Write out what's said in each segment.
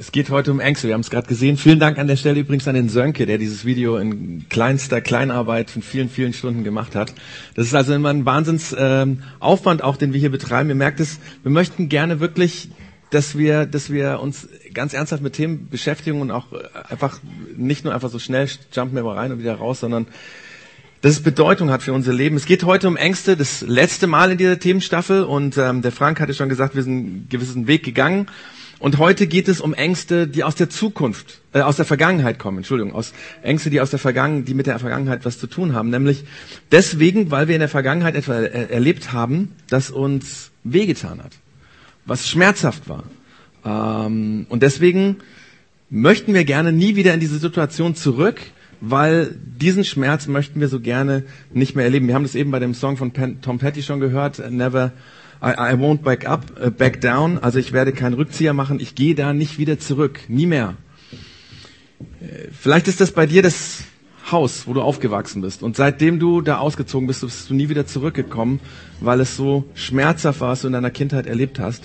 Es geht heute um Ängste, wir haben es gerade gesehen. Vielen Dank an der Stelle übrigens an den Sönke, der dieses Video in kleinster Kleinarbeit von vielen, vielen Stunden gemacht hat. Das ist also immer ein Wahnsinnsaufwand auch, den wir hier betreiben. Ihr merkt es, wir möchten gerne wirklich, dass wir uns ganz ernsthaft mit Themen beschäftigen und auch einfach nicht nur einfach so schnell jumpen wir mal rein und wieder raus, sondern dass es Bedeutung hat für unser Leben. Es geht heute um Ängste, das letzte Mal in dieser Themenstaffel, und der Frank hatte schon gesagt, wir sind einen gewissen Weg gegangen. Und heute geht es um Ängste, die aus der Zukunft, aus der Vergangenheit kommen, aus Ängste, die die mit der Vergangenheit was zu tun haben. Nämlich deswegen, weil wir in der Vergangenheit etwas erlebt haben, das uns wehgetan hat, was schmerzhaft war. Und deswegen möchten wir gerne nie wieder in diese Situation zurück, weil diesen Schmerz möchten wir so gerne nicht mehr erleben. Wir haben das eben bei dem Song von Tom Petty schon gehört, I won't back down, also ich werde keinen Rückzieher machen, ich gehe da nicht wieder zurück, nie mehr. Vielleicht ist das bei dir das Haus, wo du aufgewachsen bist, und seitdem du da ausgezogen bist, bist du nie wieder zurückgekommen, weil es so schmerzhaft war, was du in deiner Kindheit erlebt hast.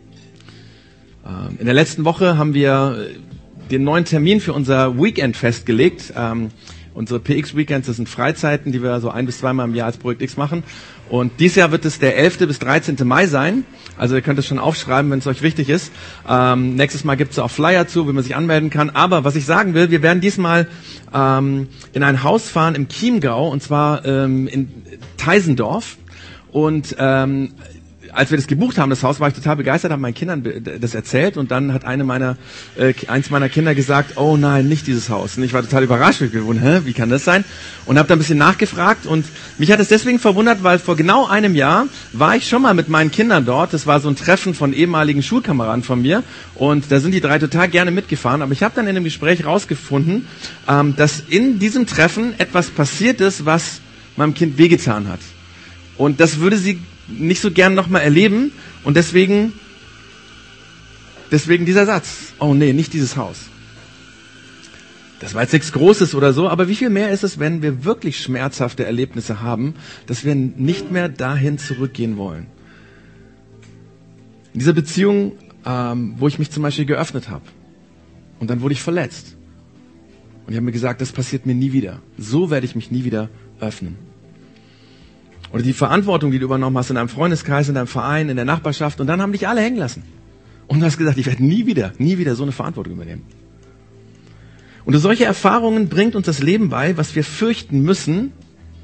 In der letzten Woche haben wir den neuen Termin für unser Weekend festgelegt. Unsere PX-Weekends, das sind Freizeiten, die wir so 1 bis 2 Mal im Jahr als Projekt X machen. Und dieses Jahr wird es der 11. bis 13. Mai sein. Also ihr könnt es schon aufschreiben, wenn es euch wichtig ist. Nächstes Mal gibt es auch Flyer zu, wie man sich anmelden kann. Aber was ich sagen will, wir werden diesmal in ein Haus fahren im Chiemgau, und zwar in Teisendorf. Und als wir das gebucht haben, das Haus, war ich total begeistert, habe meinen Kindern das erzählt, und dann hat eins meiner Kinder gesagt, oh nein, nicht dieses Haus. Und ich war total überrascht, wie kann das sein? Und habe da ein bisschen nachgefragt, und mich hat es deswegen verwundert, weil vor genau einem Jahr war ich schon mal mit meinen Kindern dort. Das war so ein Treffen von ehemaligen Schulkameraden von mir, und da sind die 3 total gerne mitgefahren. Aber ich habe dann in dem Gespräch rausgefunden, dass in diesem Treffen etwas passiert ist, was meinem Kind wehgetan hat. Und das würde sie nicht so gern nochmal erleben, und deswegen dieser Satz. Oh nee, nicht dieses Haus. Das war jetzt nichts Großes oder so, aber wie viel mehr ist es, wenn wir wirklich schmerzhafte Erlebnisse haben, dass wir nicht mehr dahin zurückgehen wollen. In dieser Beziehung, wo ich mich zum Beispiel geöffnet habe, und dann wurde ich verletzt. Und ich habe mir gesagt, das passiert mir nie wieder. So werde ich mich nie wieder öffnen. Oder die Verantwortung, die du übernommen hast in deinem Freundeskreis, in deinem Verein, in der Nachbarschaft, und dann haben dich alle hängen lassen. Und du hast gesagt, ich werde nie wieder so eine Verantwortung übernehmen. Und durch solche Erfahrungen bringt uns das Leben bei, was wir fürchten müssen,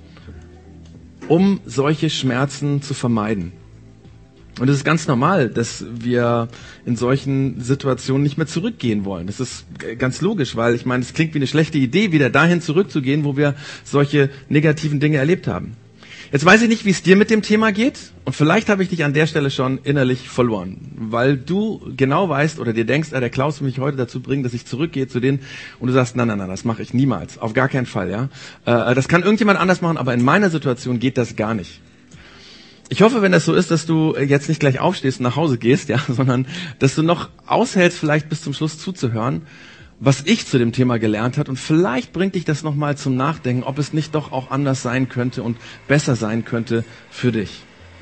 um solche Schmerzen zu vermeiden. Und es ist ganz normal, dass wir in solchen Situationen nicht mehr zurückgehen wollen. Das ist ganz logisch, weil ich meine, es klingt wie eine schlechte Idee, wieder dahin zurückzugehen, wo wir solche negativen Dinge erlebt haben. Jetzt weiß ich nicht, wie es dir mit dem Thema geht, und vielleicht habe ich dich an der Stelle schon innerlich verloren, weil du genau weißt oder dir denkst, der Klaus will mich heute dazu bringen, dass ich zurückgehe zu denen, und du sagst, nein, das mache ich niemals, auf gar keinen Fall, ja. Das kann irgendjemand anders machen, aber in meiner Situation geht das gar nicht. Ich hoffe, wenn das so ist, dass du jetzt nicht gleich aufstehst und nach Hause gehst, ja, sondern dass du noch aushältst, vielleicht bis zum Schluss zuzuhören, was ich zu dem Thema gelernt habe, und vielleicht bringt dich das nochmal zum Nachdenken, ob es nicht doch auch anders sein könnte und besser sein könnte für dich.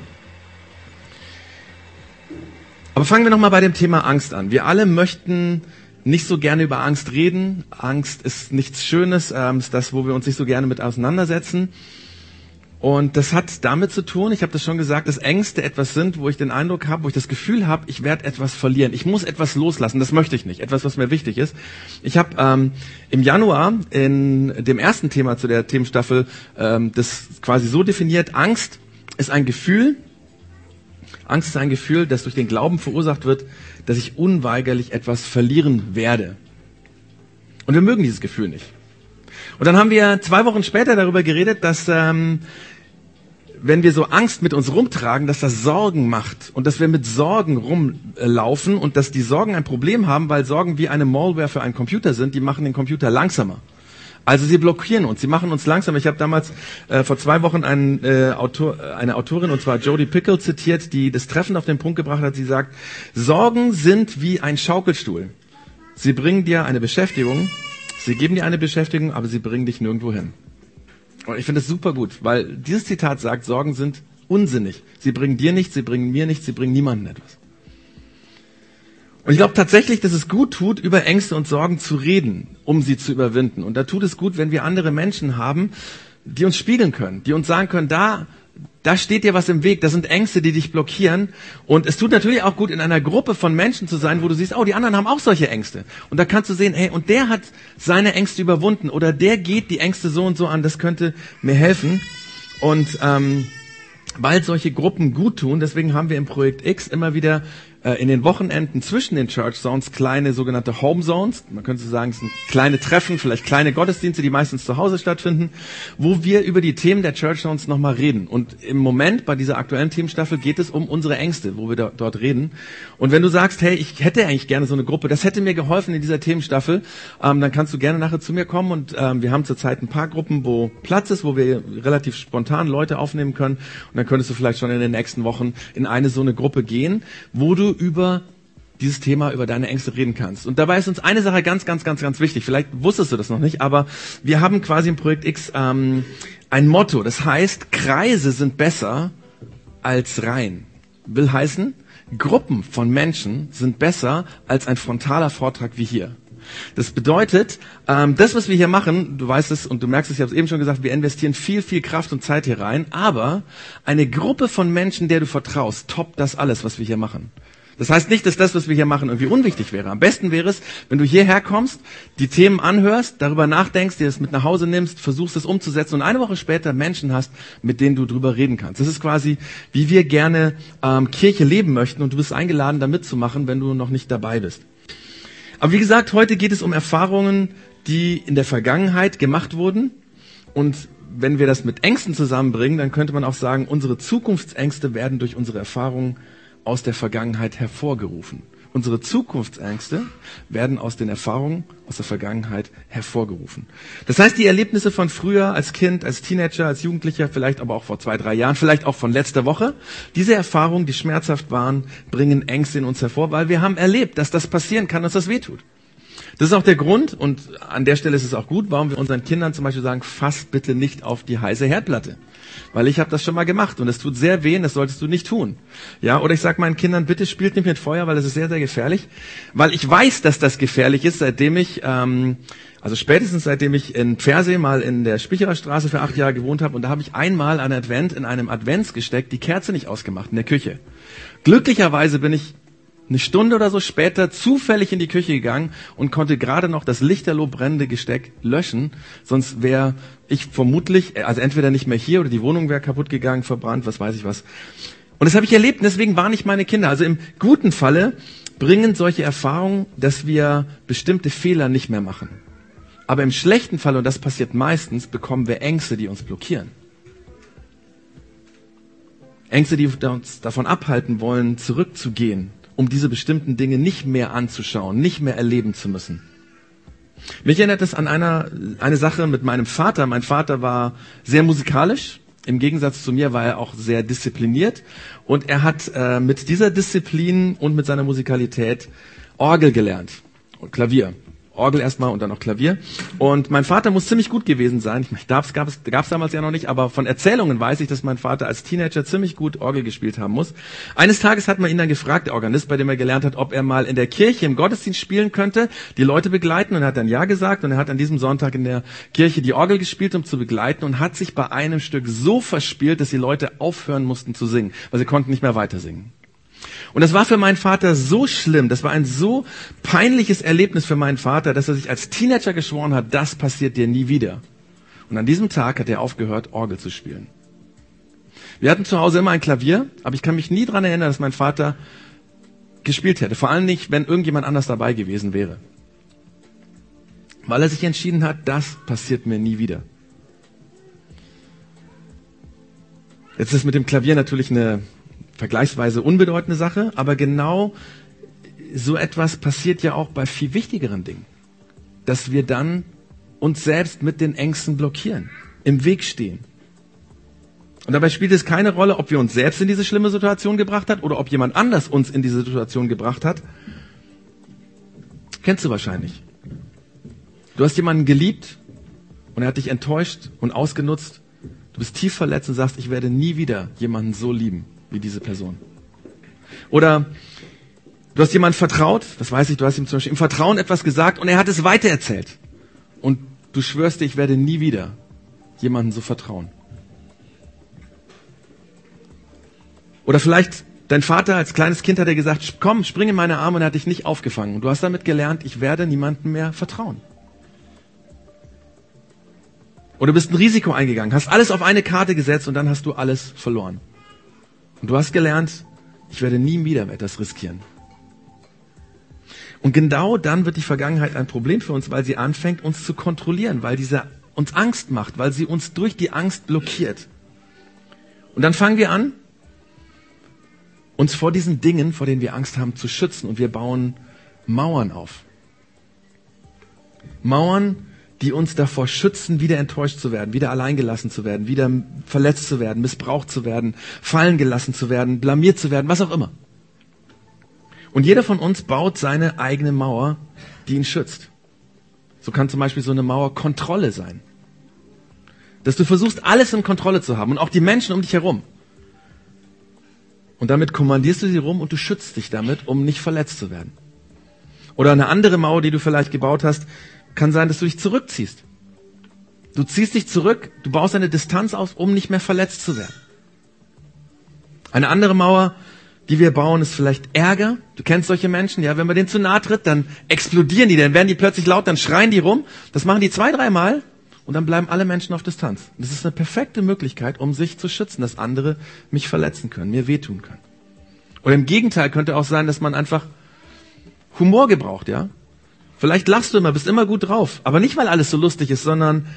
Aber fangen wir nochmal bei dem Thema Angst an. Wir alle möchten nicht so gerne über Angst reden. Angst ist nichts Schönes, ist das, wo wir uns nicht so gerne mit auseinandersetzen. Und das hat damit zu tun, ich habe das schon gesagt, dass Ängste etwas sind, wo ich den Eindruck habe, wo ich das Gefühl habe, ich werde etwas verlieren. Ich muss etwas loslassen, das möchte ich nicht. Etwas, was mir wichtig ist. Ich habe im Januar in dem ersten Thema zu der Themenstaffel das quasi so definiert: Angst ist ein Gefühl, das durch den Glauben verursacht wird, dass ich unweigerlich etwas verlieren werde. Und wir mögen dieses Gefühl nicht. Und dann haben wir 2 Wochen später darüber geredet, dass wenn wir so Angst mit uns rumtragen, dass das Sorgen macht und dass wir mit Sorgen rumlaufen und dass die Sorgen ein Problem haben, weil Sorgen wie eine Malware für einen Computer sind, die machen den Computer langsamer. Also sie blockieren uns, sie machen uns langsamer. Ich habe damals vor 2 Wochen eine Autorin, und zwar Jodi Picoult, zitiert, die das treffend auf den Punkt gebracht hat. Sie sagt, Sorgen sind wie ein Schaukelstuhl. Sie bringen dir eine Beschäftigung, sie geben dir eine Beschäftigung, aber sie bringen dich nirgendwo hin. Und ich finde das super gut, weil dieses Zitat sagt, Sorgen sind unsinnig. Sie bringen dir nichts, sie bringen mir nichts, sie bringen niemandem etwas. Und ich glaube tatsächlich, dass es gut tut, über Ängste und Sorgen zu reden, um sie zu überwinden. Und da tut es gut, wenn wir andere Menschen haben, die uns spiegeln können, die uns sagen können, da steht dir was im Weg, das sind Ängste, die dich blockieren. Und es tut natürlich auch gut, in einer Gruppe von Menschen zu sein, wo du siehst, oh, die anderen haben auch solche Ängste. Und da kannst du sehen, hey, und der hat seine Ängste überwunden oder der geht die Ängste so und so an, das könnte mir helfen. Und weil solche Gruppen gut tun, deswegen haben wir im Projekt X immer wieder in den Wochenenden zwischen den Church Zones kleine sogenannte Home Zones. Man könnte so sagen, es sind kleine Treffen, vielleicht kleine Gottesdienste, die meistens zu Hause stattfinden, wo wir über die Themen der Church Zones nochmal reden. Und im Moment bei dieser aktuellen Themenstaffel geht es um unsere Ängste, wo wir dort reden. Und wenn du sagst, hey, ich hätte eigentlich gerne so eine Gruppe, das hätte mir geholfen in dieser Themenstaffel, dann kannst du gerne nachher zu mir kommen. Und wir haben zurzeit ein paar Gruppen, wo Platz ist, wo wir relativ spontan Leute aufnehmen können. Und dann könntest du vielleicht schon in den nächsten Wochen in eine so eine Gruppe gehen, wo du über dieses Thema, über deine Ängste reden kannst. Und dabei ist uns eine Sache ganz, ganz, ganz, ganz wichtig. Vielleicht wusstest du das noch nicht, aber wir haben quasi im Projekt X ein Motto. Das heißt, Kreise sind besser als Reihen. Will heißen, Gruppen von Menschen sind besser als ein frontaler Vortrag wie hier. Das bedeutet, das, was wir hier machen, du weißt es und du merkst es, ich habe es eben schon gesagt, wir investieren viel, viel Kraft und Zeit hier rein, aber eine Gruppe von Menschen, der du vertraust, toppt das alles, was wir hier machen. Das heißt nicht, dass das, was wir hier machen, irgendwie unwichtig wäre. Am besten wäre es, wenn du hierher kommst, die Themen anhörst, darüber nachdenkst, dir das mit nach Hause nimmst, versuchst es umzusetzen und eine Woche später Menschen hast, mit denen du drüber reden kannst. Das ist quasi, wie wir gerne Kirche leben möchten und du bist eingeladen, da mitzumachen, wenn du noch nicht dabei bist. Aber wie gesagt, heute geht es um Erfahrungen, die in der Vergangenheit gemacht wurden. Und wenn wir das mit Ängsten zusammenbringen, dann könnte man auch sagen, unsere Zukunftsängste werden durch unsere Erfahrungen aus der Vergangenheit hervorgerufen. Unsere Zukunftsängste werden aus den Erfahrungen aus der Vergangenheit hervorgerufen. Das heißt, die Erlebnisse von früher als Kind, als Teenager, als Jugendlicher, vielleicht aber auch vor 2, 3 Jahren, vielleicht auch von letzter Woche, diese Erfahrungen, die schmerzhaft waren, bringen Ängste in uns hervor, weil wir haben erlebt, dass das passieren kann, dass das wehtut. Das ist auch der Grund, und an der Stelle ist es auch gut, warum wir unseren Kindern zum Beispiel sagen, fass bitte nicht auf die heiße Herdplatte. Weil ich habe das schon mal gemacht und es tut sehr weh, das solltest du nicht tun. Ja, oder ich sage meinen Kindern, bitte spielt nicht mit Feuer, weil das ist sehr, sehr gefährlich. Weil ich weiß, dass das gefährlich ist, seitdem ich, spätestens seitdem ich in Pfersee mal in der Spichererstraße für 8 Jahre gewohnt habe. Und da habe ich einmal an Advent in einem Adventsgesteck die Kerze nicht ausgemacht in der Küche. Glücklicherweise bin ich eine Stunde oder so später zufällig in die Küche gegangen und konnte gerade noch das lichterloh brennende Gesteck löschen. Sonst wäre ich vermutlich, also entweder nicht mehr hier oder die Wohnung wäre kaputt gegangen, verbrannt, was weiß ich was. Und das habe ich erlebt und deswegen warne ich meine Kinder. Also im guten Falle bringen solche Erfahrungen, dass wir bestimmte Fehler nicht mehr machen. Aber im schlechten Fall, und das passiert meistens, bekommen wir Ängste, die uns blockieren. Ängste, die uns davon abhalten wollen, zurückzugehen, um diese bestimmten Dinge nicht mehr anzuschauen, nicht mehr erleben zu müssen. Mich erinnert es an eine Sache mit meinem Vater. Mein Vater war sehr musikalisch. Im Gegensatz zu mir war er auch sehr diszipliniert. Und er hat mit dieser Disziplin und mit seiner Musikalität Orgel gelernt und Klavier. Orgel erstmal und dann noch Klavier. Und mein Vater muss ziemlich gut gewesen sein. Ich meine, gab's damals ja noch nicht, aber von Erzählungen weiß ich, dass mein Vater als Teenager ziemlich gut Orgel gespielt haben muss. Eines Tages hat man ihn dann gefragt, der Organist, bei dem er gelernt hat, ob er mal in der Kirche im Gottesdienst spielen könnte, die Leute begleiten, und er hat dann ja gesagt, und er hat an diesem Sonntag in der Kirche die Orgel gespielt, um zu begleiten, und hat sich bei einem Stück so verspielt, dass die Leute aufhören mussten zu singen, weil sie konnten nicht mehr weiter singen. Und das war für meinen Vater so schlimm, das war ein so peinliches Erlebnis für meinen Vater, dass er sich als Teenager geschworen hat, das passiert dir nie wieder. Und an diesem Tag hat er aufgehört, Orgel zu spielen. Wir hatten zu Hause immer ein Klavier, aber ich kann mich nie daran erinnern, dass mein Vater gespielt hätte. Vor allem nicht, wenn irgendjemand anders dabei gewesen wäre. Weil er sich entschieden hat, das passiert mir nie wieder. Jetzt ist mit dem Klavier natürlich eine vergleichsweise unbedeutende Sache, aber genau so etwas passiert ja auch bei viel wichtigeren Dingen. Dass wir dann uns selbst mit den Ängsten blockieren, im Weg stehen. Und dabei spielt es keine Rolle, ob wir uns selbst in diese schlimme Situation gebracht hat oder ob jemand anders uns in diese Situation gebracht hat. Kennst du wahrscheinlich. Du hast jemanden geliebt und er hat dich enttäuscht und ausgenutzt. Du bist tief verletzt und sagst, ich werde nie wieder jemanden so lieben wie diese Person. Oder Du hast jemandem vertraut, das weiß ich, du hast ihm zum Beispiel im Vertrauen etwas gesagt und er hat es weitererzählt. Und du schwörst dir, ich werde nie wieder jemandem so vertrauen. Oder vielleicht dein Vater als kleines Kind hat er gesagt, komm, spring in meine Arme und er hat dich nicht aufgefangen. Und du hast damit gelernt, ich werde niemandem mehr vertrauen. Oder du bist ein Risiko eingegangen, hast alles auf eine Karte gesetzt und dann hast du alles verloren. Und du hast gelernt, ich werde nie wieder etwas riskieren. Und genau dann wird die Vergangenheit ein Problem für uns, weil sie anfängt, uns zu kontrollieren, weil diese uns Angst macht, weil sie uns durch die Angst blockiert. Und dann fangen wir an, uns vor diesen Dingen, vor denen wir Angst haben, zu schützen. Und wir bauen Mauern auf. Mauern, die uns davor schützen, wieder enttäuscht zu werden, wieder alleingelassen zu werden, wieder verletzt zu werden, missbraucht zu werden, fallen gelassen zu werden, blamiert zu werden, was auch immer. Und jeder von uns baut seine eigene Mauer, die ihn schützt. So kann zum Beispiel so eine Mauer Kontrolle sein. Dass du versuchst, alles in Kontrolle zu haben und auch die Menschen um dich herum. Und damit kommandierst du sie rum und du schützt dich damit, um nicht verletzt zu werden. Oder eine andere Mauer, die du vielleicht gebaut hast, kann sein, dass du dich zurückziehst. Du ziehst dich zurück, du baust eine Distanz auf, um nicht mehr verletzt zu werden. Eine andere Mauer, die wir bauen, ist vielleicht Ärger. Du kennst solche Menschen, ja, wenn man denen zu nahe tritt, dann explodieren die, dann werden die plötzlich laut, dann schreien die rum. Das machen die 2-3 Mal und dann bleiben alle Menschen auf Distanz. Das ist eine perfekte Möglichkeit, um sich zu schützen, dass andere mich verletzen können, mir wehtun können. Oder im Gegenteil könnte auch sein, dass man einfach Humor gebraucht, ja. Vielleicht lachst du immer, bist immer gut drauf, aber nicht, weil alles so lustig ist, sondern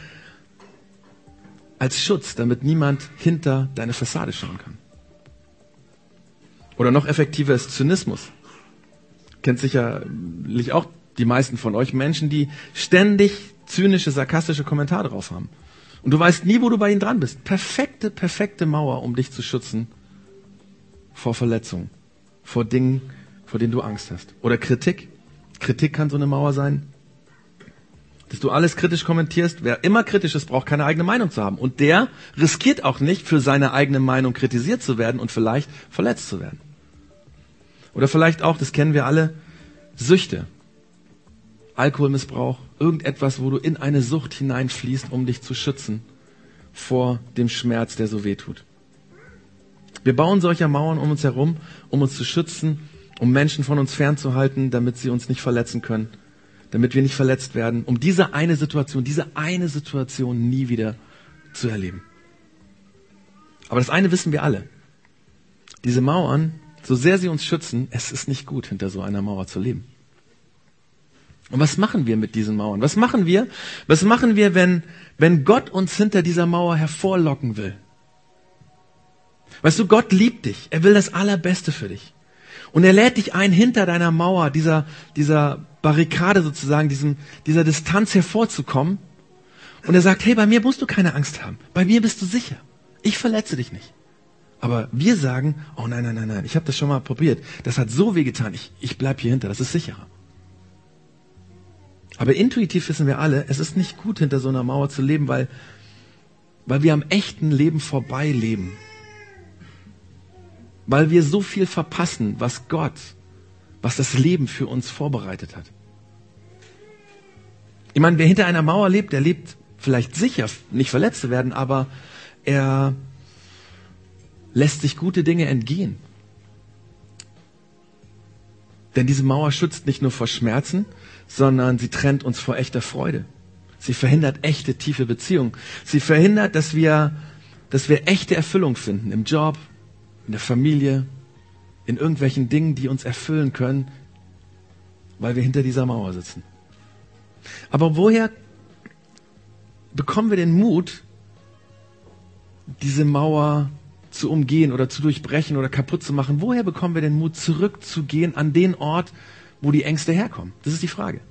als Schutz, damit niemand hinter deine Fassade schauen kann. Oder noch effektiver ist Zynismus. Kennt sicherlich auch die meisten von euch Menschen, die ständig zynische, sarkastische Kommentare drauf haben. Und du weißt nie, wo du bei ihnen dran bist. Perfekte Mauer, um dich zu schützen vor Verletzungen, vor Dingen, vor denen du Angst hast. Oder Kritik. Kritik kann so eine Mauer sein, dass du alles kritisch kommentierst. Wer immer kritisch ist, braucht keine eigene Meinung zu haben. Und der riskiert auch nicht, für seine eigene Meinung kritisiert zu werden und vielleicht verletzt zu werden. Oder vielleicht auch, das kennen wir alle, Süchte. Alkoholmissbrauch, irgendetwas, wo du in eine Sucht hineinfließt, um dich zu schützen vor dem Schmerz, der so weh tut. Wir bauen solche Mauern um uns herum, um uns zu schützen, um Menschen von uns fernzuhalten, damit sie uns nicht verletzen können, damit wir nicht verletzt werden, um diese eine Situation nie wieder zu erleben. Aber das eine wissen wir alle. Diese Mauern, so sehr sie uns schützen, es ist nicht gut, hinter so einer Mauer zu leben. Und was machen wir mit diesen Mauern? Was machen wir, wenn Gott uns hinter dieser Mauer hervorlocken will? Weißt du, Gott liebt dich. Er will das Allerbeste für dich. Und er lädt dich ein, hinter deiner Mauer, dieser Barrikade sozusagen, dieser Distanz hervorzukommen. Und er sagt, hey, bei mir musst du keine Angst haben. Bei mir bist du sicher. Ich verletze dich nicht. Aber wir sagen, oh nein, ich habe das schon mal probiert. Das hat so wehgetan. Ich bleib hier hinter, das ist sicherer. Aber intuitiv wissen wir alle, es ist nicht gut, hinter so einer Mauer zu leben, weil wir am echten Leben vorbei leben. Weil wir so viel verpassen, was das Leben für uns vorbereitet hat. Ich meine, wer hinter einer Mauer lebt, der lebt vielleicht sicher, nicht verletzt zu werden, aber er lässt sich gute Dinge entgehen. Denn diese Mauer schützt nicht nur vor Schmerzen, sondern sie trennt uns vor echter Freude. Sie verhindert echte, tiefe Beziehungen. Sie verhindert, dass wir echte Erfüllung finden im Job, in der Familie, in irgendwelchen Dingen, die uns erfüllen können, weil wir hinter dieser Mauer sitzen. Aber woher bekommen wir den Mut, diese Mauer zu umgehen oder zu durchbrechen oder kaputt zu machen? Woher bekommen wir den Mut, zurückzugehen an den Ort, wo die Ängste herkommen? Das ist die Frage.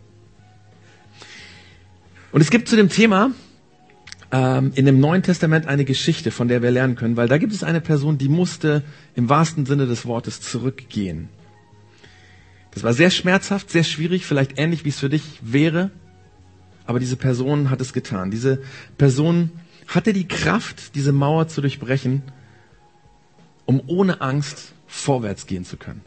Und es gibt zu dem Thema in dem Neuen Testament eine Geschichte, von der wir lernen können, weil da gibt es eine Person, die musste im wahrsten Sinne des Wortes zurückgehen. Das war sehr schmerzhaft, sehr schwierig, vielleicht ähnlich wie es für dich wäre, aber diese Person hat es getan. Diese Person hatte die Kraft, diese Mauer zu durchbrechen, um ohne Angst vorwärts gehen zu können.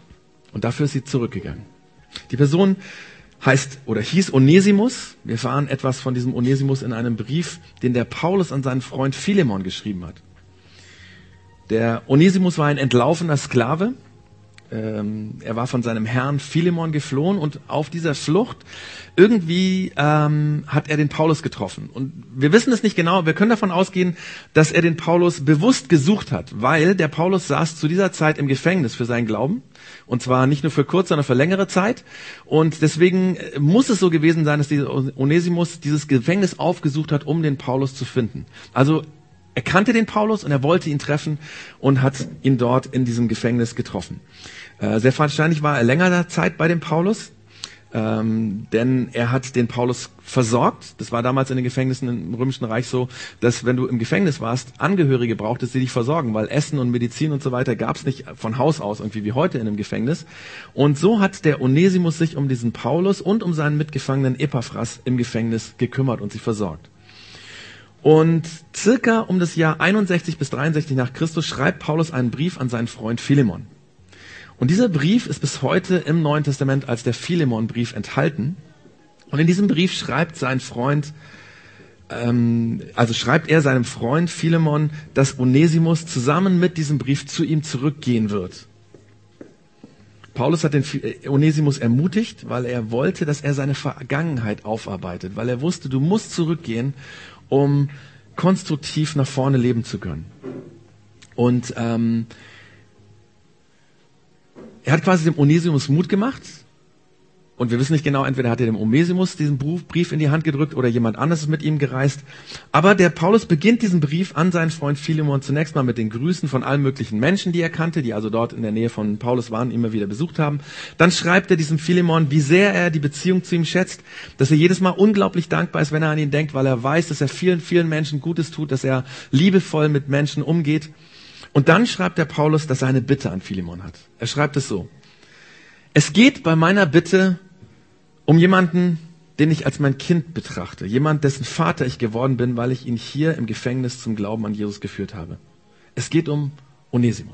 Und dafür ist sie zurückgegangen. Die Person heißt oder hieß Onesimus. Wir erfahren etwas von diesem Onesimus in einem Brief, den der Paulus an seinen Freund Philemon geschrieben hat. Der Onesimus war ein entlaufener Sklave. Er war von seinem Herrn Philemon geflohen und auf dieser Flucht irgendwie hat er den Paulus getroffen. Und wir wissen es nicht genau, wir können davon ausgehen, dass er den Paulus bewusst gesucht hat, weil der Paulus saß zu dieser Zeit im Gefängnis für seinen Glauben. Und zwar nicht nur für kurz, sondern für längere Zeit. Und deswegen muss es so gewesen sein, dass dieser Onesimus dieses Gefängnis aufgesucht hat, um den Paulus zu finden. Also er kannte den Paulus und er wollte ihn treffen und hat ihn dort in diesem Gefängnis getroffen. Sehr wahrscheinlich war er längere Zeit bei dem Paulus, denn er hat den Paulus versorgt. Das war damals in den Gefängnissen im Römischen Reich so, dass wenn du im Gefängnis warst, Angehörige brauchtest, die dich versorgen, weil Essen und Medizin und so weiter gab es nicht von Haus aus irgendwie wie heute in einem Gefängnis. Und so hat der Onesimus sich um diesen Paulus und um seinen Mitgefangenen Epaphras im Gefängnis gekümmert und sie versorgt. Und circa um das Jahr 61 bis 63 nach Christus schreibt Paulus einen Brief an seinen Freund Philemon. Und dieser Brief ist bis heute im Neuen Testament als der Philemon-Brief enthalten. Und in diesem Brief schreibt sein Freund, schreibt er seinem Freund Philemon, dass Onesimus zusammen mit diesem Brief zu ihm zurückgehen wird. Paulus hat den Onesimus ermutigt, weil er wollte, dass er seine Vergangenheit aufarbeitet, weil er wusste, du musst zurückgehen, um konstruktiv nach vorne leben zu können. Und er hat quasi dem Onesimus Mut gemacht. Und wir wissen nicht genau, entweder hat er dem Onesimus diesen Brief in die Hand gedrückt oder jemand anderes ist mit ihm gereist. Aber der Paulus beginnt diesen Brief an seinen Freund Philemon zunächst mal mit den Grüßen von allen möglichen Menschen, die er kannte, die also dort in der Nähe von Paulus waren, immer wieder besucht haben. Dann schreibt er diesem Philemon, wie sehr er die Beziehung zu ihm schätzt, dass er jedes Mal unglaublich dankbar ist, wenn er an ihn denkt, weil er weiß, dass er vielen, vielen Menschen Gutes tut, dass er liebevoll mit Menschen umgeht. Und dann schreibt der Paulus, dass er eine Bitte an Philemon hat. Er schreibt es so: Es geht bei meiner Bitte um jemanden, den ich als mein Kind betrachte. Jemand, dessen Vater ich geworden bin, weil ich ihn hier im Gefängnis zum Glauben an Jesus geführt habe. Es geht um Onesimus.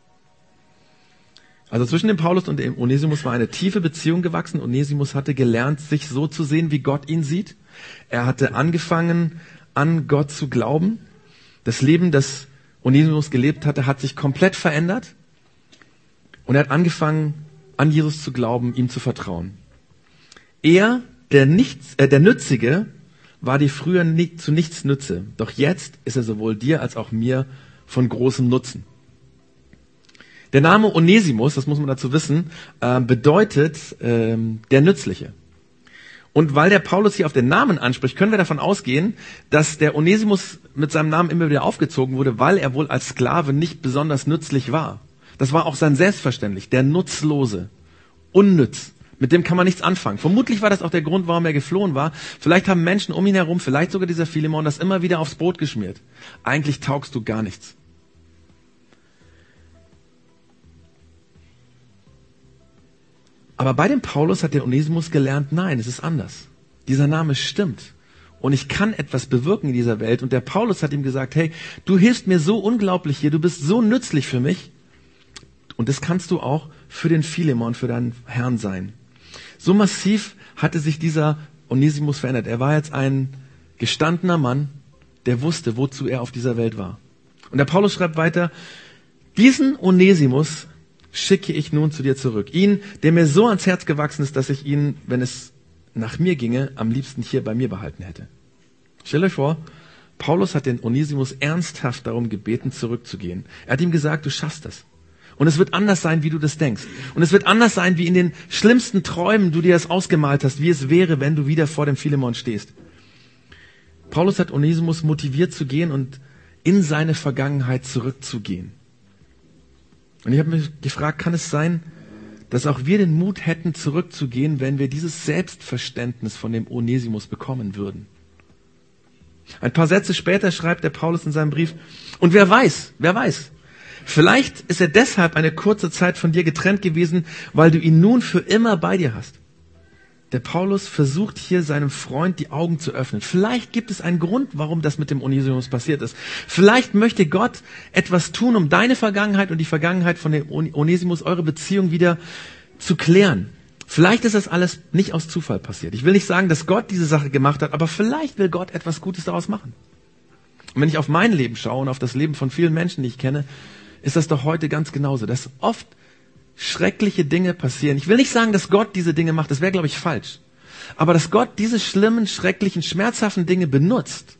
Also zwischen dem Paulus und dem Onesimus war eine tiefe Beziehung gewachsen. Onesimus hatte gelernt, sich so zu sehen, wie Gott ihn sieht. Er hatte angefangen, an Gott zu glauben. Das Leben, das Onesimus gelebt hatte, hat sich komplett verändert. Und er hat angefangen, an Jesus zu glauben, ihm zu vertrauen. Er, der Nützige, war dir früher zu nichts Nütze. Doch jetzt ist er sowohl dir als auch mir von großem Nutzen. Der Name Onesimus, das muss man dazu wissen, bedeutet der Nützliche. Und weil der Paulus hier auf den Namen anspricht, können wir davon ausgehen, dass der Onesimus mit seinem Namen immer wieder aufgezogen wurde, weil er wohl als Sklave nicht besonders nützlich war. Das war auch sein Selbstverständnis, der Nutzlose, unnütz. Mit dem kann man nichts anfangen. Vermutlich war das auch der Grund, warum er geflohen war. Vielleicht haben Menschen um ihn herum, vielleicht sogar dieser Philemon, das immer wieder aufs Brot geschmiert. Eigentlich taugst du gar nichts. Aber bei dem Paulus hat der Onesimus gelernt, nein, es ist anders. Dieser Name stimmt. Und ich kann etwas bewirken in dieser Welt. Und der Paulus hat ihm gesagt, hey, du hilfst mir so unglaublich hier, du bist so nützlich für mich. Und das kannst du auch für den Philemon, für deinen Herrn sein. So massiv hatte sich dieser Onesimus verändert. Er war jetzt ein gestandener Mann, der wusste, wozu er auf dieser Welt war. Und der Paulus schreibt weiter, diesen Onesimus schicke ich nun zu dir zurück. Ihn, der mir so ans Herz gewachsen ist, dass ich ihn, wenn es nach mir ginge, am liebsten hier bei mir behalten hätte. Stellt euch vor, Paulus hat den Onesimus ernsthaft darum gebeten, zurückzugehen. Er hat ihm gesagt, du schaffst das. Und es wird anders sein, wie du das denkst. Und es wird anders sein, wie in den schlimmsten Träumen du dir das ausgemalt hast, wie es wäre, wenn du wieder vor dem Philemon stehst. Paulus hat Onesimus motiviert zu gehen und in seine Vergangenheit zurückzugehen. Und ich habe mich gefragt, kann es sein, dass auch wir den Mut hätten, zurückzugehen, wenn wir dieses Selbstverständnis von dem Onesimus bekommen würden? Ein paar Sätze später schreibt der Paulus in seinem Brief, und wer weiß, vielleicht ist er deshalb eine kurze Zeit von dir getrennt gewesen, weil du ihn nun für immer bei dir hast. Der Paulus versucht hier seinem Freund die Augen zu öffnen. Vielleicht gibt es einen Grund, warum das mit dem Onesimus passiert ist. Vielleicht möchte Gott etwas tun, um deine Vergangenheit und die Vergangenheit von dem Onesimus, eure Beziehung wieder zu klären. Vielleicht ist das alles nicht aus Zufall passiert. Ich will nicht sagen, dass Gott diese Sache gemacht hat, aber vielleicht will Gott etwas Gutes daraus machen. Und wenn ich auf mein Leben schaue und auf das Leben von vielen Menschen, die ich kenne, ist das doch heute ganz genauso, dass oft schreckliche Dinge passieren. Ich will nicht sagen, dass Gott diese Dinge macht, das wäre, glaube ich, falsch. Aber dass Gott diese schlimmen, schrecklichen, schmerzhaften Dinge benutzt,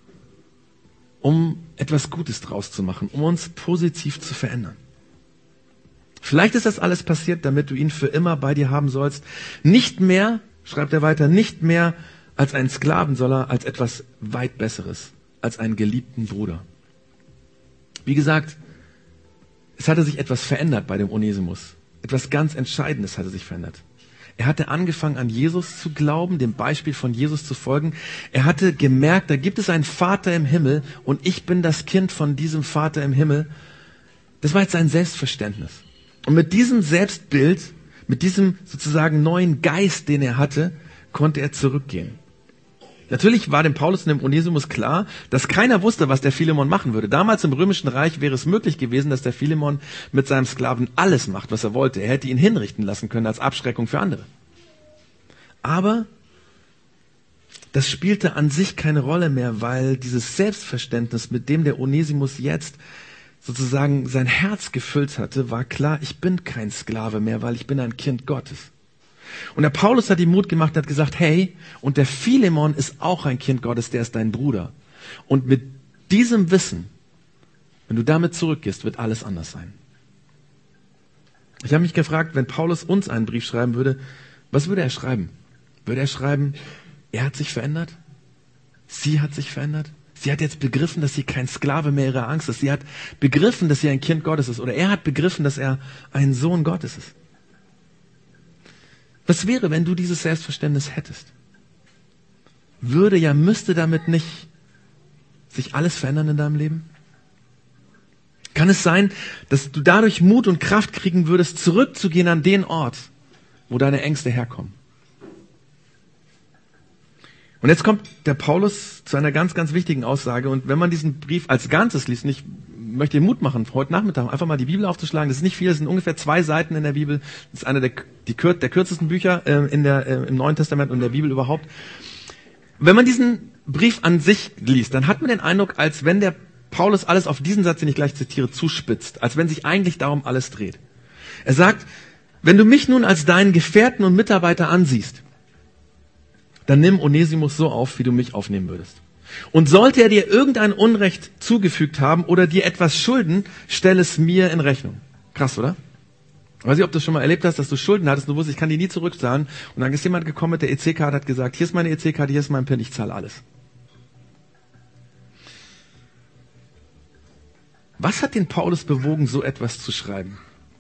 um etwas Gutes draus zu machen, um uns positiv zu verändern. Vielleicht ist das alles passiert, damit du ihn für immer bei dir haben sollst. Nicht mehr, schreibt er weiter, nicht mehr als einen Sklaven, sondern als etwas weit Besseres, als einen geliebten Bruder. Wie gesagt, es hatte sich etwas verändert bei dem Onesimus. Etwas ganz Entscheidendes hatte sich verändert. Er hatte angefangen, an Jesus zu glauben, dem Beispiel von Jesus zu folgen. Er hatte gemerkt, da gibt es einen Vater im Himmel und ich bin das Kind von diesem Vater im Himmel. Das war jetzt sein Selbstverständnis. Und mit diesem Selbstbild, mit diesem sozusagen neuen Geist, den er hatte, konnte er zurückgehen. Natürlich war dem Paulus und dem Onesimus klar, dass keiner wusste, was der Philemon machen würde. Damals im Römischen Reich wäre es möglich gewesen, dass der Philemon mit seinem Sklaven alles macht, was er wollte. Er hätte ihn hinrichten lassen können als Abschreckung für andere. Aber das spielte an sich keine Rolle mehr, weil dieses Selbstverständnis, mit dem der Onesimus jetzt sozusagen sein Herz gefüllt hatte, war klar, ich bin kein Sklave mehr, weil ich bin ein Kind Gottes. Und der Paulus hat ihm Mut gemacht und hat gesagt, hey, und der Philemon ist auch ein Kind Gottes, der ist dein Bruder. Und mit diesem Wissen, wenn du damit zurückgehst, wird alles anders sein. Ich habe mich gefragt, wenn Paulus uns einen Brief schreiben würde, was würde er schreiben? Würde er schreiben, er hat sich verändert? Sie hat sich verändert? Sie hat jetzt begriffen, dass sie kein Sklave mehr ihrer Angst ist. Sie hat begriffen, dass sie ein Kind Gottes ist. Oder er hat begriffen, dass er ein Sohn Gottes ist. Was wäre, wenn du dieses Selbstverständnis hättest? Müsste damit nicht sich alles verändern in deinem Leben? Kann es sein, dass du dadurch Mut und Kraft kriegen würdest, zurückzugehen an den Ort, wo deine Ängste herkommen? Und jetzt kommt der Paulus zu einer ganz, ganz wichtigen Aussage. Und wenn man diesen Brief als Ganzes liest, und ich möchte dir Mut machen, heute Nachmittag einfach mal die Bibel aufzuschlagen. Das ist nicht viel, das sind ungefähr 2 Seiten in der Bibel. Das ist einer der kürzesten Bücher im Neuen Testament und der Bibel überhaupt. Wenn man diesen Brief an sich liest, dann hat man den Eindruck, als wenn der Paulus alles auf diesen Satz, den ich gleich zitiere, zuspitzt. Als wenn sich eigentlich darum alles dreht. Er sagt, wenn du mich nun als deinen Gefährten und Mitarbeiter ansiehst, dann nimm Onesimus so auf, wie du mich aufnehmen würdest. Und sollte er dir irgendein Unrecht zugefügt haben oder dir etwas schulden, stell es mir in Rechnung. Krass, oder? Ich weiß nicht, ob du schon mal erlebt hast, dass du Schulden hattest und du wusstest, ich kann die nie zurückzahlen. Und dann ist jemand gekommen mit der EC-Karte, hat gesagt, hier ist meine EC-Karte, hier ist mein PIN, ich zahle alles. Was hat den Paulus bewogen, so etwas zu schreiben?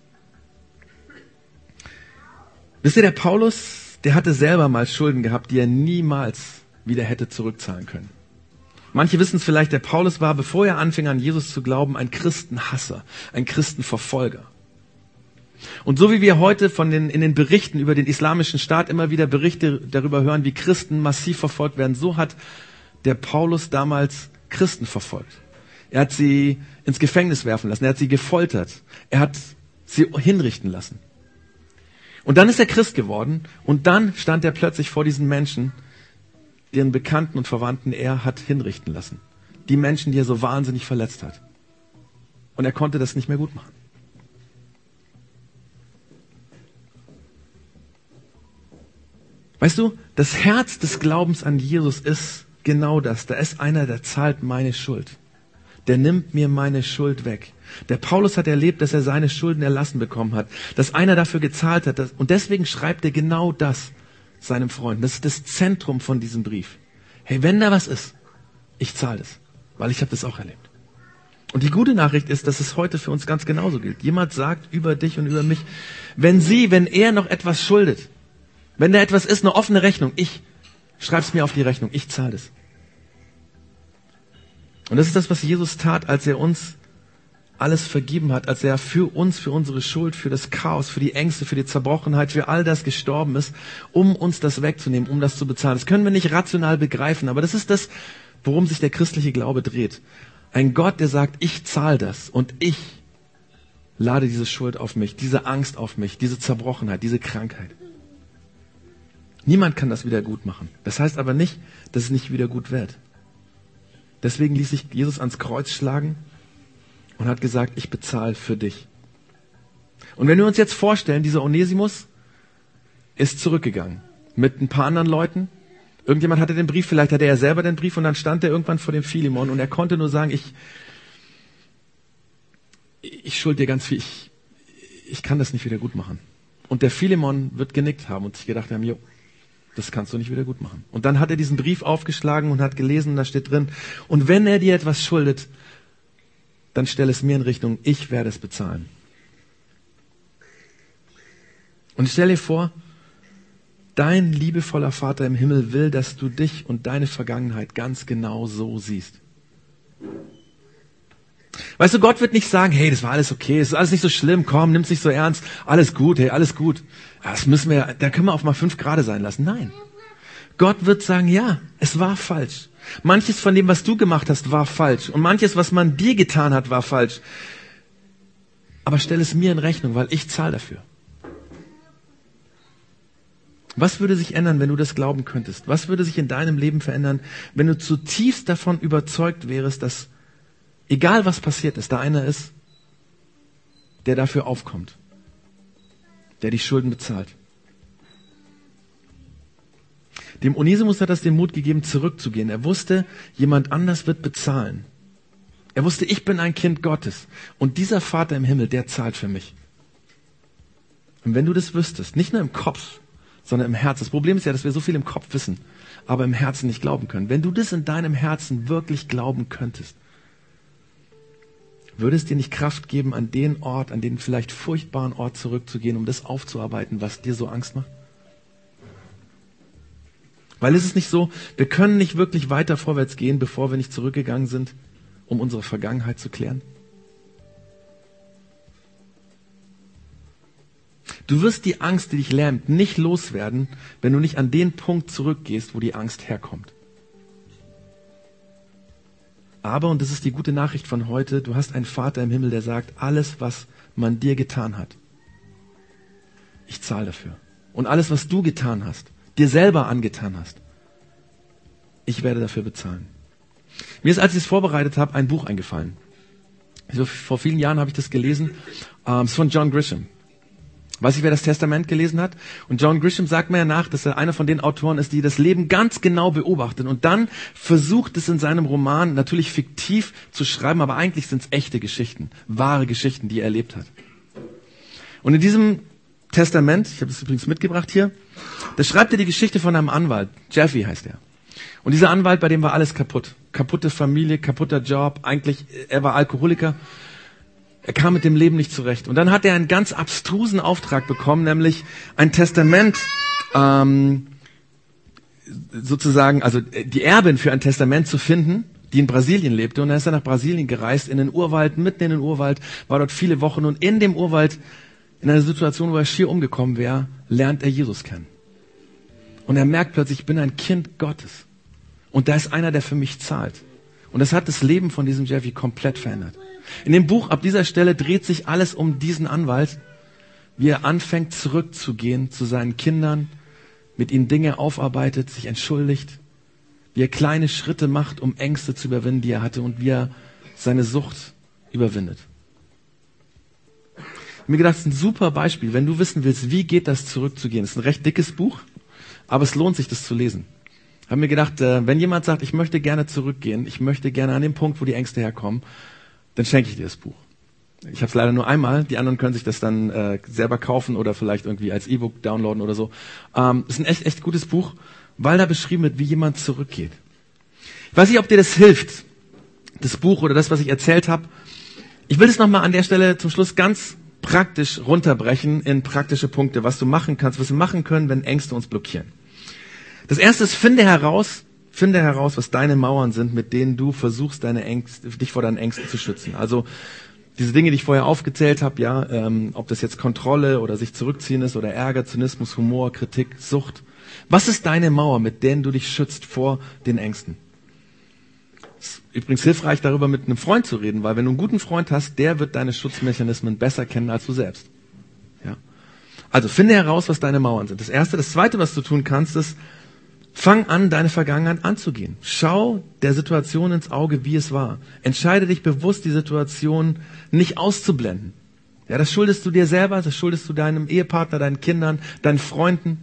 Wisst ihr, der Paulus, der hatte selber mal Schulden gehabt, die er niemals wieder hätte zurückzahlen können. Manche wissen es vielleicht, der Paulus war, bevor er anfing an Jesus zu glauben, ein Christenhasser, ein Christenverfolger. Und so wie wir heute in den Berichten über den islamischen Staat immer wieder Berichte darüber hören, wie Christen massiv verfolgt werden, so hat der Paulus damals Christen verfolgt. Er hat sie ins Gefängnis werfen lassen, er hat sie gefoltert, er hat sie hinrichten lassen. Und dann ist er Christ geworden und dann stand er plötzlich vor diesen Menschen, deren Bekannten und Verwandten er hat hinrichten lassen. Die Menschen, die er so wahnsinnig verletzt hat. Und er konnte das nicht mehr gut machen. Weißt du, das Herz des Glaubens an Jesus ist genau das. Da ist einer, der zahlt meine Schuld. Der nimmt mir meine Schuld weg. Der Paulus hat erlebt, dass er seine Schulden erlassen bekommen hat, dass einer dafür gezahlt hat. Und deswegen schreibt er genau das seinem Freund. Das ist das Zentrum von diesem Brief. Hey, wenn da was ist, ich zahle es, weil ich habe das auch erlebt. Und die gute Nachricht ist, dass es heute für uns ganz genauso gilt. Jemand sagt über dich und über mich, wenn er noch etwas schuldet, wenn da etwas ist, eine offene Rechnung, ich schreib's mir auf die Rechnung, ich zahle es. Und das ist das, was Jesus tat, als er uns alles vergeben hat, als er für uns, für unsere Schuld, für das Chaos, für die Ängste, für die Zerbrochenheit, für all das gestorben ist, um uns das wegzunehmen, um das zu bezahlen. Das können wir nicht rational begreifen, aber das ist das, worum sich der christliche Glaube dreht. Ein Gott, der sagt, ich zahle das und ich lade diese Schuld auf mich, diese Angst auf mich, diese Zerbrochenheit, diese Krankheit. Niemand kann das wieder gut machen. Das heißt aber nicht, dass es nicht wieder gut wird. Deswegen ließ sich Jesus ans Kreuz schlagen und hat gesagt, ich bezahle für dich. Und wenn wir uns jetzt vorstellen, dieser Onesimus ist zurückgegangen mit ein paar anderen Leuten. Irgendjemand hatte den Brief, vielleicht hatte er selber den Brief und dann stand er irgendwann vor dem Philemon und er konnte nur sagen, ich schulde dir ganz viel, ich kann das nicht wieder gut machen. Und der Philemon wird genickt haben und sich gedacht haben, jo, das kannst du nicht wieder gut machen. Und dann hat er diesen Brief aufgeschlagen und hat gelesen, und da steht drin, und wenn er dir etwas schuldet, dann stell es mir in Rechnung, ich werde es bezahlen. Und stell dir vor, dein liebevoller Vater im Himmel will, dass du dich und deine Vergangenheit ganz genau so siehst. Weißt du, Gott wird nicht sagen, hey, das war alles okay, das ist alles nicht so schlimm, komm, nimm's nicht so ernst, alles gut, hey, alles gut. Das müssen wir, da können wir auf mal 5 Grad sein lassen. Nein. Gott wird sagen, ja, es war falsch. Manches von dem, was du gemacht hast, war falsch. Und manches, was man dir getan hat, war falsch. Aber stell es mir in Rechnung, weil ich zahle dafür. Was würde sich ändern, wenn du das glauben könntest? Was würde sich in deinem Leben verändern, wenn du zutiefst davon überzeugt wärst, dass egal was passiert ist, da einer ist, der dafür aufkommt, der die Schulden bezahlt. Dem Onesimus hat das den Mut gegeben, zurückzugehen. Er wusste, jemand anders wird bezahlen. Er wusste, ich bin ein Kind Gottes und dieser Vater im Himmel, der zahlt für mich. Und wenn du das wüsstest, nicht nur im Kopf, sondern im Herzen. Das Problem ist ja, dass wir so viel im Kopf wissen, aber im Herzen nicht glauben können. Wenn du das in deinem Herzen wirklich glauben könntest, würde es dir nicht Kraft geben, an den Ort, an den vielleicht furchtbaren Ort zurückzugehen, um das aufzuarbeiten, was dir so Angst macht? Weil es ist nicht so, wir können nicht wirklich weiter vorwärts gehen, bevor wir nicht zurückgegangen sind, um unsere Vergangenheit zu klären. Du wirst die Angst, die dich lähmt, nicht loswerden, wenn du nicht an den Punkt zurückgehst, wo die Angst herkommt. Aber, und das ist die gute Nachricht von heute, du hast einen Vater im Himmel, der sagt, alles, was man dir getan hat, ich zahle dafür. Und alles, was du getan hast, dir selber angetan hast, ich werde dafür bezahlen. Mir ist, als ich es vorbereitet habe, ein Buch eingefallen. Also vor vielen Jahren habe ich das gelesen. Es ist von John Grisham. Weiß ich, wer das Testament gelesen hat? Und John Grisham sagt mir ja nach, dass er einer von den Autoren ist, die das Leben ganz genau beobachtet und dann versucht es in seinem Roman natürlich fiktiv zu schreiben, aber eigentlich sind es echte Geschichten, wahre Geschichten, die er erlebt hat. Und in diesem Testament, ich habe es übrigens mitgebracht hier, da schreibt er die Geschichte von einem Anwalt. Jeffy heißt er. Und dieser Anwalt, bei dem war alles kaputt. Kaputte Familie, kaputter Job, eigentlich, er war Alkoholiker. Er kam mit dem Leben nicht zurecht. Und dann hat er einen ganz abstrusen Auftrag bekommen, nämlich ein Testament, sozusagen, also die Erbin für ein Testament zu finden, die in Brasilien lebte. Und dann ist er nach Brasilien gereist, in den Urwald, mitten in den Urwald, war dort viele Wochen. Und in dem Urwald, in einer Situation, wo er schier umgekommen wäre, lernt er Jesus kennen. Und er merkt plötzlich, ich bin ein Kind Gottes. Und da ist einer, der für mich zahlt. Und das hat das Leben von diesem Jeffy komplett verändert. In dem Buch, ab dieser Stelle, dreht sich alles um diesen Anwalt, wie er anfängt zurückzugehen zu seinen Kindern, mit ihnen Dinge aufarbeitet, sich entschuldigt, wie er kleine Schritte macht, um Ängste zu überwinden, die er hatte, und wie er seine Sucht überwindet. Ich habe mir gedacht, das ist ein super Beispiel, wenn du wissen willst, wie geht das zurückzugehen. Es ist ein recht dickes Buch, aber es lohnt sich, das zu lesen. Ich habe mir gedacht, wenn jemand sagt, ich möchte gerne zurückgehen, ich möchte gerne an den Punkt, wo die Ängste herkommen, dann schenke ich dir das Buch. Ich habe es leider nur einmal, die anderen können sich das dann selber kaufen oder vielleicht irgendwie als E-Book downloaden oder so. Ist ein echt gutes Buch, weil da beschrieben wird, wie jemand zurückgeht. Ich weiß nicht, ob dir das hilft, das Buch oder das, was ich erzählt habe. Ich will es nochmal an der Stelle zum Schluss ganz praktisch runterbrechen in praktische Punkte, was du machen kannst, was wir machen können, wenn Ängste uns blockieren. Das erste ist, finde heraus, was deine Mauern sind, mit denen du versuchst, dich vor deinen Ängsten zu schützen. Also diese Dinge, die ich vorher aufgezählt habe, ja, ob das jetzt Kontrolle oder sich zurückziehen ist oder Ärger, Zynismus, Humor, Kritik, Sucht. Was ist deine Mauer, mit denen du dich schützt vor den Ängsten? Es ist übrigens hilfreich, darüber mit einem Freund zu reden, weil wenn du einen guten Freund hast, der wird deine Schutzmechanismen besser kennen als du selbst. Ja? Also finde heraus, was deine Mauern sind. Das Erste. Das Zweite, was du tun kannst, ist, fang an, deine Vergangenheit anzugehen. Schau der Situation ins Auge, wie es war. Entscheide dich bewusst, die Situation nicht auszublenden. Ja, das schuldest du dir selber, das schuldest du deinem Ehepartner, deinen Kindern, deinen Freunden.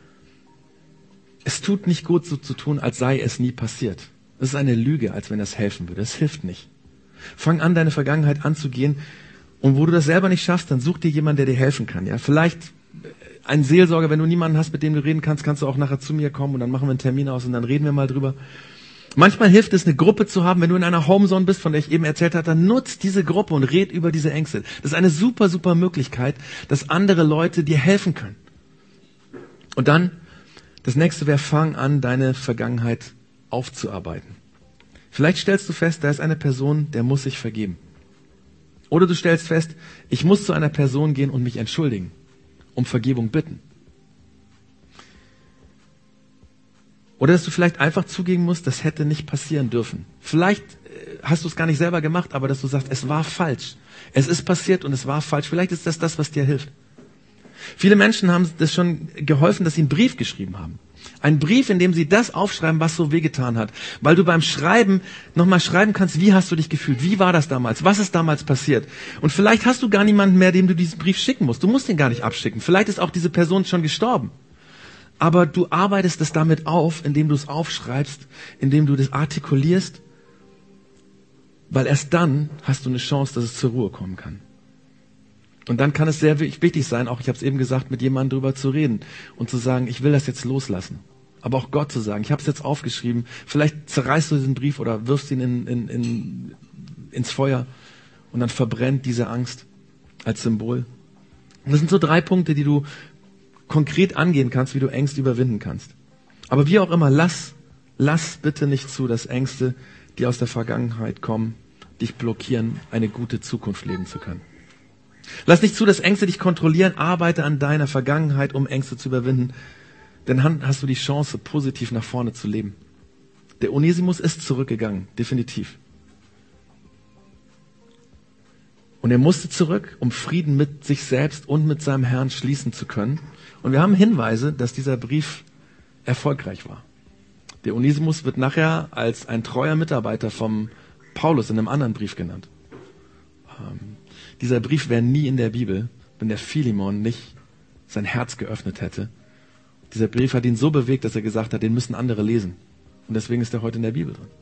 Es tut nicht gut, so zu tun, als sei es nie passiert. Es ist eine Lüge, als wenn das helfen würde. Es hilft nicht. Fang an, deine Vergangenheit anzugehen. Und wo du das selber nicht schaffst, dann such dir jemanden, der dir helfen kann. Ja, vielleicht ein Seelsorger, wenn du niemanden hast, mit dem du reden kannst, kannst du auch nachher zu mir kommen und dann machen wir einen Termin aus und dann reden wir mal drüber. Manchmal hilft es, eine Gruppe zu haben. Wenn du in einer Homezone bist, von der ich eben erzählt habe, dann nutzt diese Gruppe und red über diese Ängste. Das ist eine super, super Möglichkeit, dass andere Leute dir helfen können. Und dann, das nächste wäre, fang an, deine Vergangenheit aufzuarbeiten. Vielleicht stellst du fest, da ist eine Person, der muss sich vergeben. Oder du stellst fest, ich muss zu einer Person gehen und mich entschuldigen, um Vergebung bitten. Oder dass du vielleicht einfach zugeben musst, das hätte nicht passieren dürfen. Vielleicht hast du es gar nicht selber gemacht, aber dass du sagst, es war falsch. Es ist passiert und es war falsch. Vielleicht ist das, was dir hilft. Viele Menschen haben das schon geholfen, dass sie einen Brief geschrieben haben. Ein Brief, in dem sie das aufschreiben, was so wehgetan hat. Weil du beim Schreiben nochmal schreiben kannst, wie hast du dich gefühlt? Wie war das damals? Was ist damals passiert? Und vielleicht hast du gar niemanden mehr, dem du diesen Brief schicken musst. Du musst ihn gar nicht abschicken. Vielleicht ist auch diese Person schon gestorben. Aber du arbeitest es damit auf, indem du es aufschreibst, indem du das artikulierst, weil erst dann hast du eine Chance, dass es zur Ruhe kommen kann. Und dann kann es sehr wichtig sein, auch ich habe es eben gesagt, mit jemandem drüber zu reden und zu sagen, ich will das jetzt loslassen. Aber auch Gott zu sagen, ich habe es jetzt aufgeschrieben, vielleicht zerreißt du diesen Brief oder wirfst ihn ins Feuer und dann verbrennt diese Angst als Symbol. Und das sind so 3 Punkte, die du konkret angehen kannst, wie du Ängste überwinden kannst. Aber wie auch immer, lass bitte nicht zu, dass Ängste, die aus der Vergangenheit kommen, dich blockieren, eine gute Zukunft leben zu können. Lass nicht zu, dass Ängste dich kontrollieren. Arbeite an deiner Vergangenheit, um Ängste zu überwinden. Denn dann hast du die Chance, positiv nach vorne zu leben. Der Onesimus ist zurückgegangen, definitiv. Und er musste zurück, um Frieden mit sich selbst und mit seinem Herrn schließen zu können. Und wir haben Hinweise, dass dieser Brief erfolgreich war. Der Onesimus wird nachher als ein treuer Mitarbeiter vom Paulus in einem anderen Brief genannt. Dieser Brief wäre nie in der Bibel, wenn der Philemon nicht sein Herz geöffnet hätte. Dieser Brief hat ihn so bewegt, dass er gesagt hat, den müssen andere lesen. Und deswegen ist er heute in der Bibel drin.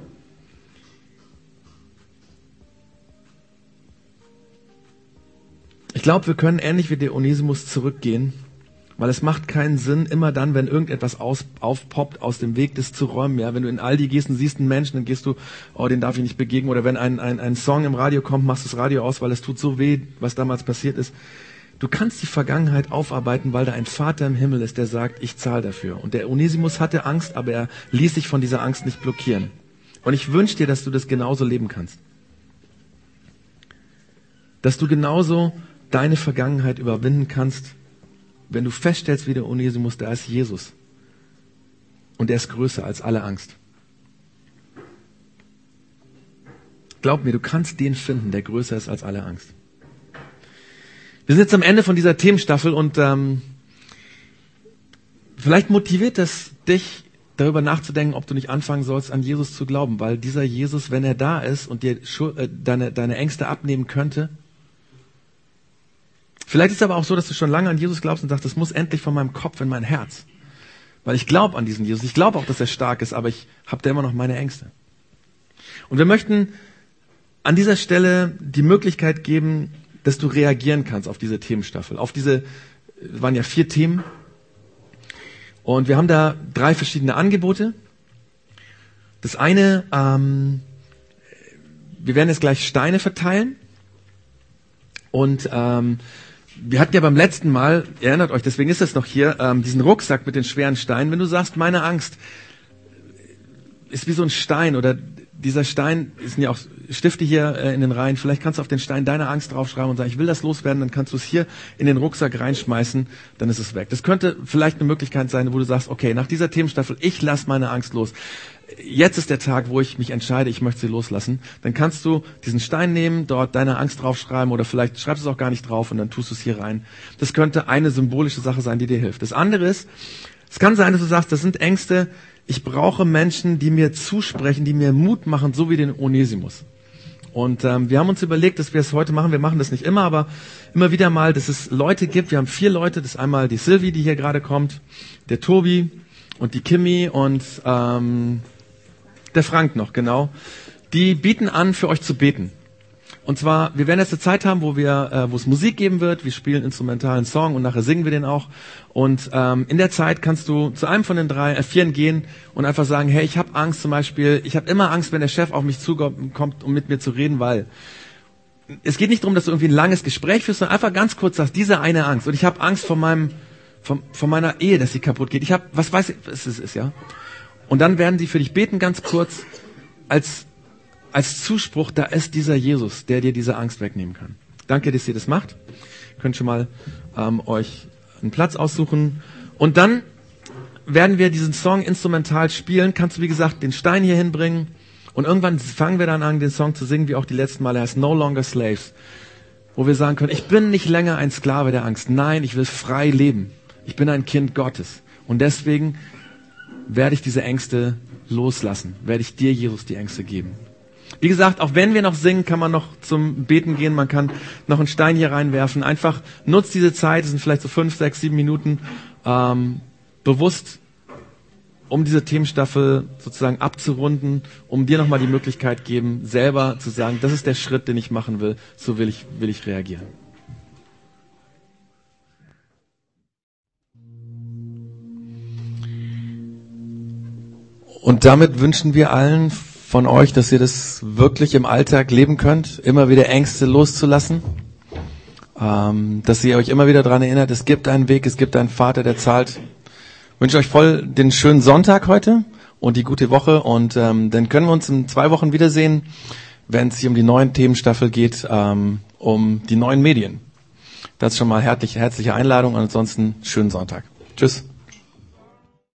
Ich glaube, wir können ähnlich wie der Onesimus zurückgehen, weil es macht keinen Sinn, immer dann, wenn irgendetwas aufpoppt, aus dem Weg das zu räumen. Ja, wenn du in Aldi gehst und siehst einen Menschen, dann gehst du, oh, den darf ich nicht begegnen. Oder wenn ein Song im Radio kommt, machst du das Radio aus, weil es tut so weh, was damals passiert ist. Du kannst die Vergangenheit aufarbeiten, weil da ein Vater im Himmel ist, der sagt, ich zahle dafür. Und der Onesimus hatte Angst, aber er ließ sich von dieser Angst nicht blockieren. Und ich wünsche dir, dass du das genauso leben kannst. Dass du genauso deine Vergangenheit überwinden kannst, wenn du feststellst, wie der Onesimus, da ist Jesus. Und er ist größer als alle Angst. Glaub mir, du kannst den finden, der größer ist als alle Angst. Wir sind jetzt am Ende von dieser Themenstaffel und vielleicht motiviert es dich, darüber nachzudenken, ob du nicht anfangen sollst, an Jesus zu glauben. Weil dieser Jesus, wenn er da ist und dir deine Ängste abnehmen könnte, vielleicht ist es aber auch so, dass du schon lange an Jesus glaubst und sagst, das muss endlich von meinem Kopf in mein Herz. Weil ich glaube an diesen Jesus. Ich glaube auch, dass er stark ist, aber ich habe da immer noch meine Ängste. Und wir möchten an dieser Stelle die Möglichkeit geben, dass du reagieren kannst auf diese Themenstaffel. Waren ja 4 Themen. Und wir haben da 3 verschiedene Angebote. Das eine, wir werden jetzt gleich Steine verteilen. Und wir hatten ja beim letzten Mal, ihr erinnert euch, deswegen ist das noch hier, diesen Rucksack mit den schweren Steinen. Wenn du sagst, meine Angst ist wie so ein Stein oder dieser Stein, es sind ja auch Stifte hier in den Reihen, vielleicht kannst du auf den Stein deine Angst draufschreiben und sagen, ich will das loswerden, dann kannst du es hier in den Rucksack reinschmeißen, dann ist es weg. Das könnte vielleicht eine Möglichkeit sein, wo du sagst, okay, nach dieser Themenstaffel, ich lasse meine Angst los. Jetzt ist der Tag, wo ich mich entscheide, ich möchte sie loslassen. Dann kannst du diesen Stein nehmen, dort deine Angst draufschreiben oder vielleicht schreibst du es auch gar nicht drauf und dann tust du es hier rein. Das könnte eine symbolische Sache sein, die dir hilft. Das andere ist, es kann sein, dass du sagst, das sind Ängste, ich brauche Menschen, die mir zusprechen, die mir Mut machen, so wie den Onesimus. Und wir haben uns überlegt, dass wir es heute machen. Wir machen das nicht immer, aber immer wieder mal, dass es Leute gibt. Wir haben 4 Leute. Das ist einmal die Sylvie, die hier gerade kommt, der Tobi und die Kimi und der Frank noch, genau. Die bieten an, für euch zu beten. Und zwar, wir werden jetzt eine Zeit haben, wo es Musik geben wird. Wir spielen instrumentalen Song und nachher singen wir den auch. Und in der Zeit kannst du zu einem von den 4 gehen und einfach sagen, hey, ich habe Angst zum Beispiel. Ich habe immer Angst, wenn der Chef auf mich zukommt, um mit mir zu reden, weil es geht nicht darum, dass du irgendwie ein langes Gespräch führst, sondern einfach ganz kurz sagst, diese eine Angst. Und ich habe Angst von meiner Ehe, dass sie kaputt geht. Ich habe, was weiß ich, was es ist, ja. Und dann werden sie für dich beten, ganz kurz, als Zuspruch, da ist dieser Jesus, der dir diese Angst wegnehmen kann. Danke, dass ihr das macht. Ihr könnt schon mal euch einen Platz aussuchen. Und dann werden wir diesen Song instrumental spielen. Kannst du, wie gesagt, den Stein hier hinbringen. Und irgendwann fangen wir dann an, den Song zu singen, wie auch die letzten Male. Er heißt No Longer Slaves. Wo wir sagen können, ich bin nicht länger ein Sklave der Angst. Nein, ich will frei leben. Ich bin ein Kind Gottes. Und deswegen werde ich diese Ängste loslassen. Werde ich dir, Jesus, die Ängste geben. Wie gesagt, auch wenn wir noch singen, kann man noch zum Beten gehen. Man kann noch einen Stein hier reinwerfen. Einfach nutzt diese Zeit, das sind vielleicht so 5, 6, 7 Minuten, bewusst, um diese Themenstaffel sozusagen abzurunden, um dir nochmal die Möglichkeit geben, selber zu sagen, das ist der Schritt, den ich machen will, so will ich reagieren. Und damit wünschen wir allen von euch, dass ihr das wirklich im Alltag leben könnt, immer wieder Ängste loszulassen, dass ihr euch immer wieder daran erinnert, es gibt einen Weg, es gibt einen Vater, der zahlt. Ich wünsche euch voll den schönen Sonntag heute und die gute Woche und dann können wir uns in 2 Wochen wiedersehen, wenn es hier um die neuen Themenstaffel geht, um die neuen Medien. Das ist schon mal herzliche Einladung und ansonsten schönen Sonntag. Tschüss.